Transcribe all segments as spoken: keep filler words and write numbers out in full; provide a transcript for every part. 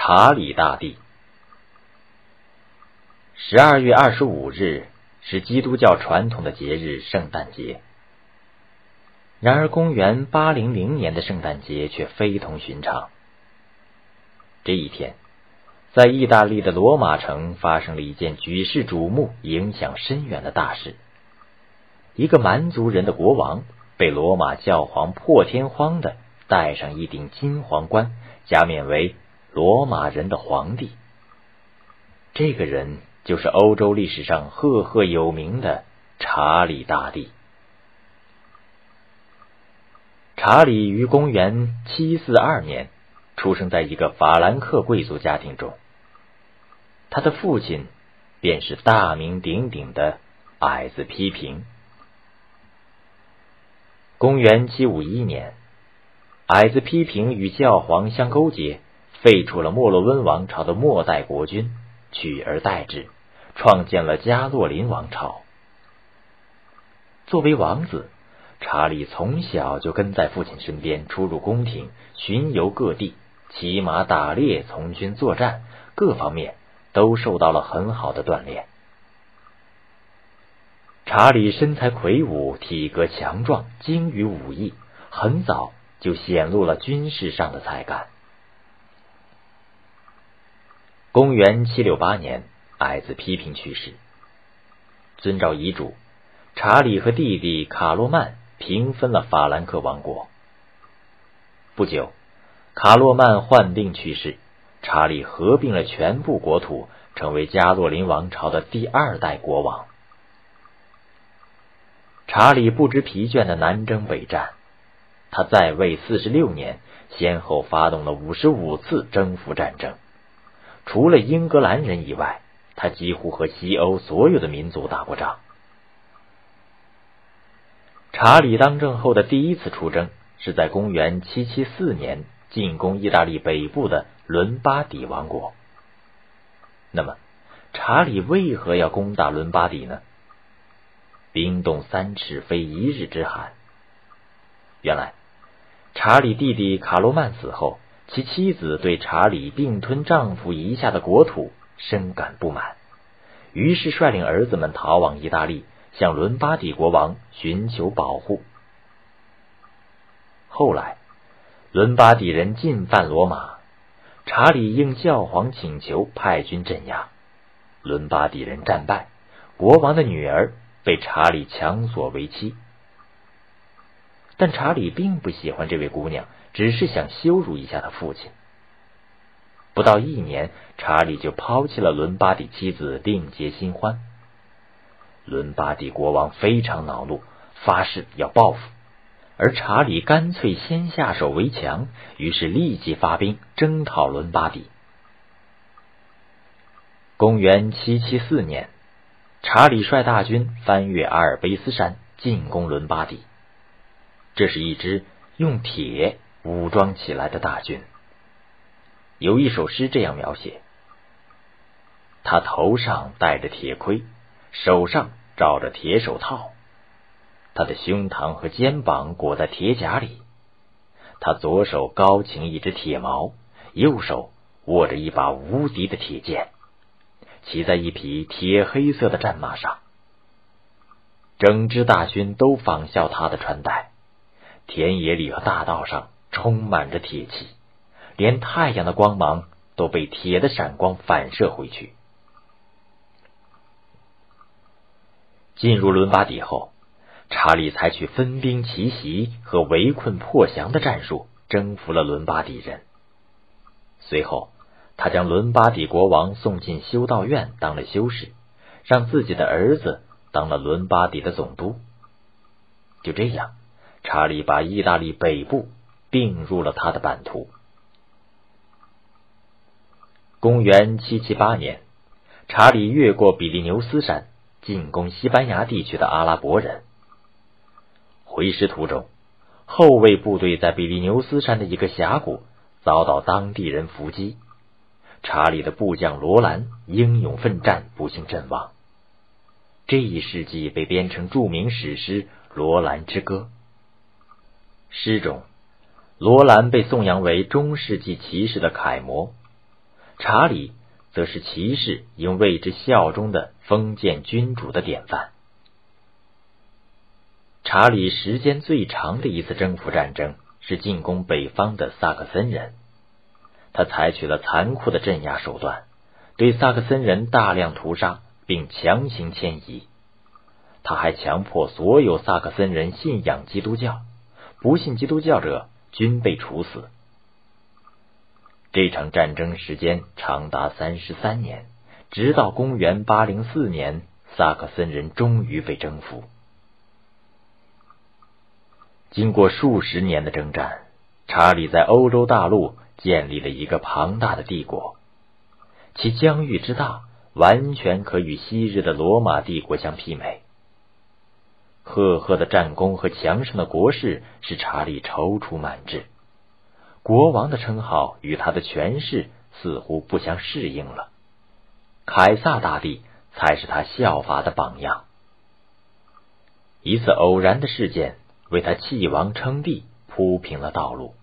查理大帝。十二月二十五日是基督教传统的节日圣诞节。然而公元八零零年的圣诞节却非同寻常。这一天，在意大利的罗马城发生了一件举世瞩目、影响深远的大事。一个蛮族人的国王被罗马教皇破天荒地戴上一顶金皇冠，加冕为罗马人的皇帝。这个人就是欧洲历史上赫赫有名的查理大帝。查理于公元七四二年出生在一个法兰克贵族家庭中，他的父亲便是大名鼎鼎的矮子批评。公元七五一年，矮子批评与教皇相勾结，废除了莫洛温王朝的末代国君，取而代之，创建了加洛林王朝。作为王子，查理从小就跟在父亲身边出入宫廷，巡游各地，骑马打猎，从军作战，各方面都受到了很好的锻炼。查理身材魁梧，体格强壮，精于武艺，很早就显露了军事上的才干。公元七六八年，矮子批评去世。遵照遗嘱，查理和弟弟卡洛曼平分了法兰克王国。不久，卡洛曼患病去世，查理合并了全部国土，成为加洛林王朝的第二代国王。查理不知疲倦的南征北战，他在位四十六年，先后发动了五十五次征服战争。除了英格兰人以外，他几乎和西欧所有的民族打过仗。查理当政后的第一次出征是在公元七七四年进攻意大利北部的伦巴底王国。那么，查理为何要攻打伦巴底呢？冰冻三尺非一日之寒。原来，查理弟弟卡洛曼死后，其妻子对查理并吞丈夫遗下的国土深感不满，于是率领儿子们逃往意大利，向伦巴底国王寻求保护。后来，伦巴底人进犯罗马，查理应教皇请求派军镇压，伦巴底人战败，国王的女儿被查理强索为妻。但查理并不喜欢这位姑娘，只是想羞辱一下他父亲。不到一年，查理就抛弃了伦巴底妻子，另结新欢。伦巴底国王非常恼怒，发誓要报复，而查理干脆先下手为强，于是立即发兵征讨伦巴底。公元七七四年，查理率大军翻越阿尔卑斯山，进攻伦巴底。这是一支用铁武装起来的大军。有一首诗这样描写：他头上戴着铁盔，手上罩着铁手套，他的胸膛和肩膀裹在铁甲里，他左手高擎一只铁矛，右手握着一把无敌的铁剑，骑在一匹铁黑色的战马上。整支大军都仿效他的穿戴，田野里和大道上充满着铁器，连太阳的光芒都被铁的闪光反射回去。进入伦巴底后，查理采取分兵奇袭和围困破降的战术，征服了伦巴底人。随后，他将伦巴底国王送进修道院当了修士，让自己的儿子当了伦巴底的总督。就这样，查理把意大利北部并入了他的版图。公元七七八年，查理越过比利牛斯山，进攻西班牙地区的阿拉伯人。回师途中，后卫部队在比利牛斯山的一个峡谷遭到当地人伏击，查理的部将罗兰英勇奋战，不幸阵亡。这一事迹被编成著名史诗《罗兰之歌》。诗中，罗兰被颂扬为中世纪骑士的楷模。 查理则是骑士应为之效忠的封建君主的典范。查理时间最长的一次征服战争是进攻北方的萨克森人，他采取了残酷的镇压手段，对萨克森人大量屠杀，并强行迁移。他还强迫所有萨克森人信仰基督教，不信基督教者均被处死。这场战争时间长达三十三年，直到公元八零四年，萨克森人终于被征服。经过数十年的征战，查理在欧洲大陆建立了一个庞大的帝国，其疆域之大，完全可与昔日的罗马帝国相媲美。赫赫的战功和强盛的国势使查理踌躇满志，国王的称号与他的权势似乎不相适应了。凯撒大帝才是他效法的榜样。一次偶然的事件为他弃王称帝铺平了道路。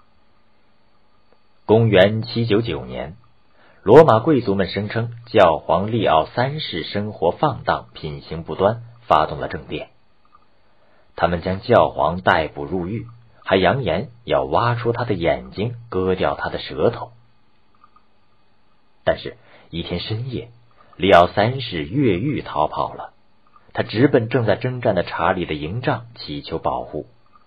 公元七九九年，罗马贵族们声称教皇利奥三世生活放荡，品行不端，发动了政变。他们将教皇逮捕入狱，还扬言要挖出他的眼睛，割掉他的舌头。但是，一天深夜，利奥三世越狱逃跑了。他直奔正在征战的查理的营帐，祈求保护。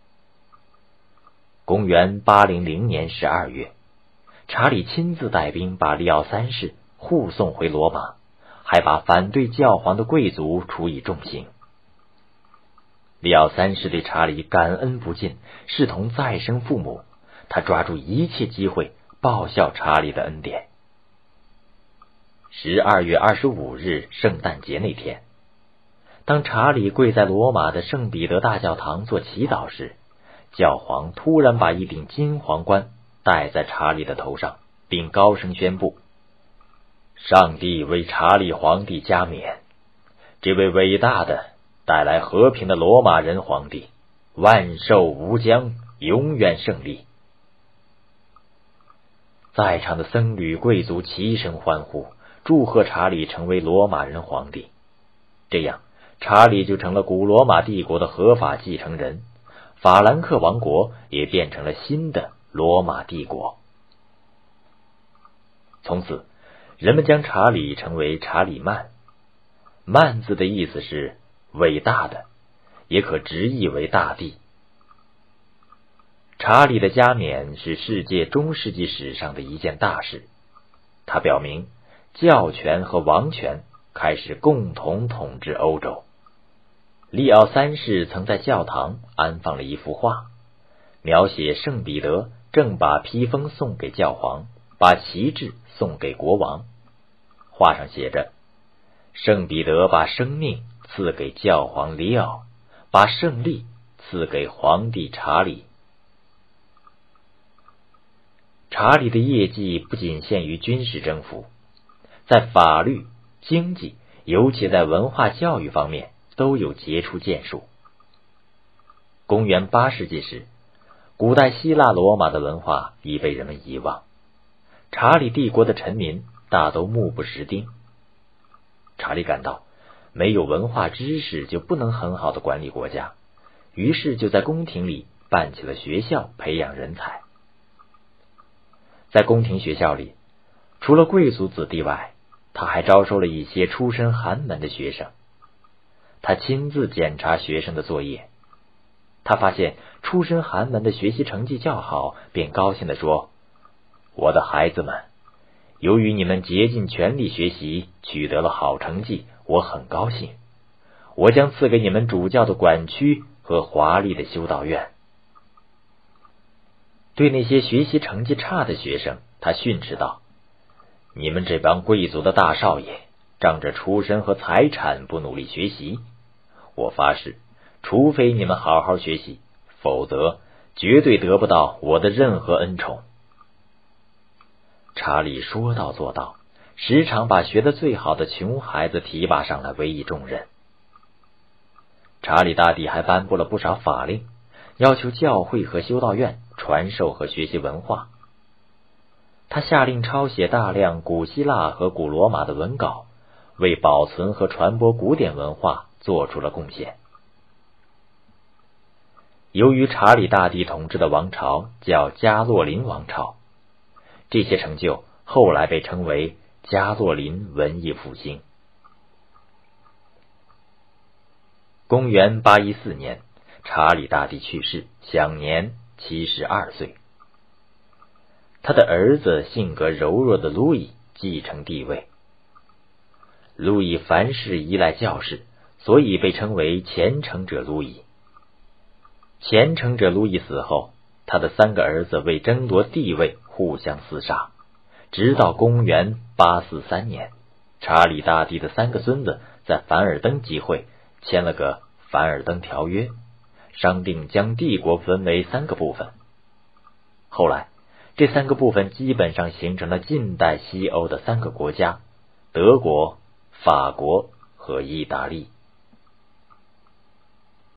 公元八零零年十二月，查理亲自带兵把利奥三世护送回罗马，还把反对教皇的贵族处以重刑。利奥三世对查理感恩不尽，视同再生父母，他抓住一切机会报效查理的恩典。十二月二十五日，圣诞节那天，当查理跪在罗马的圣彼得大教堂做祈祷时，教皇突然把一顶金皇冠戴在查理的头上，并高声宣布：上帝为查理皇帝加冕，这位伟大的带来和平的罗马人皇帝，万寿无疆，永远胜利。在场的僧侣贵族齐声欢呼，祝贺查理成为罗马人皇帝。这样，查理就成了古罗马帝国的合法继承人，法兰克王国也变成了新的罗马帝国。从此，人们将查理称为查理曼。曼字的意思是伟大的，也可直译为大帝。查理的加冕是世界中世纪史上的一件大事，它表明教权和王权开始共同统治欧洲。利奥三世曾在教堂安放了一幅画，描写圣彼得正把披风送给教皇，把旗帜送给国王。画上写着：圣彼得把生命赐给教皇里奥，把胜利赐给皇帝查理。查理的业绩不仅限于军事征服，在法律、经济，尤其在文化教育方面都有杰出建树。公元八世纪时，古代希腊罗马的文化已被人们遗忘，查理帝国的臣民大都目不识丁。查理感到没有文化知识就不能很好的管理国家，于是就在宫廷里办起了学校，培养人才。在宫廷学校里，除了贵族子弟外，他还招收了一些出身寒门的学生。他亲自检查学生的作业，他发现出身寒门的学习成绩较好，便高兴地说：我的孩子们，由于你们竭尽全力学习，取得了好成绩，我很高兴。我将赐给你们主教的管区和华丽的修道院。对那些学习成绩差的学生，他训斥道：你们这帮贵族的大少爷，仗着出身和财产不努力学习，我发誓，除非你们好好学习，否则绝对得不到我的任何恩宠。查理说到做到，时常把学得最好的穷孩子提拔上来委以重任。查理大帝还颁布了不少法令，要求教会和修道院传授和学习文化。 他下令抄写大量古希腊和古罗马的文稿，为保存和传播古典文化做出了贡献。由于查理大帝统治的王朝叫加洛林王朝，这些成就后来被称为加洛林文艺复兴。公元八一四年，查理大帝去世，享年七十二岁。他的儿子性格柔弱的路易继承帝位。路易凡事依赖教士，所以被称为虔诚者路易。虔诚者路易死后，他的三个儿子为争夺帝位互相厮杀，直到公元八四三年，查理大帝的三个孙子在凡尔登集会签了个凡尔登条约，商定将帝国分为三个部分。后来这三个部分基本上形成了近代西欧的三个国家：德国、法国和意大利。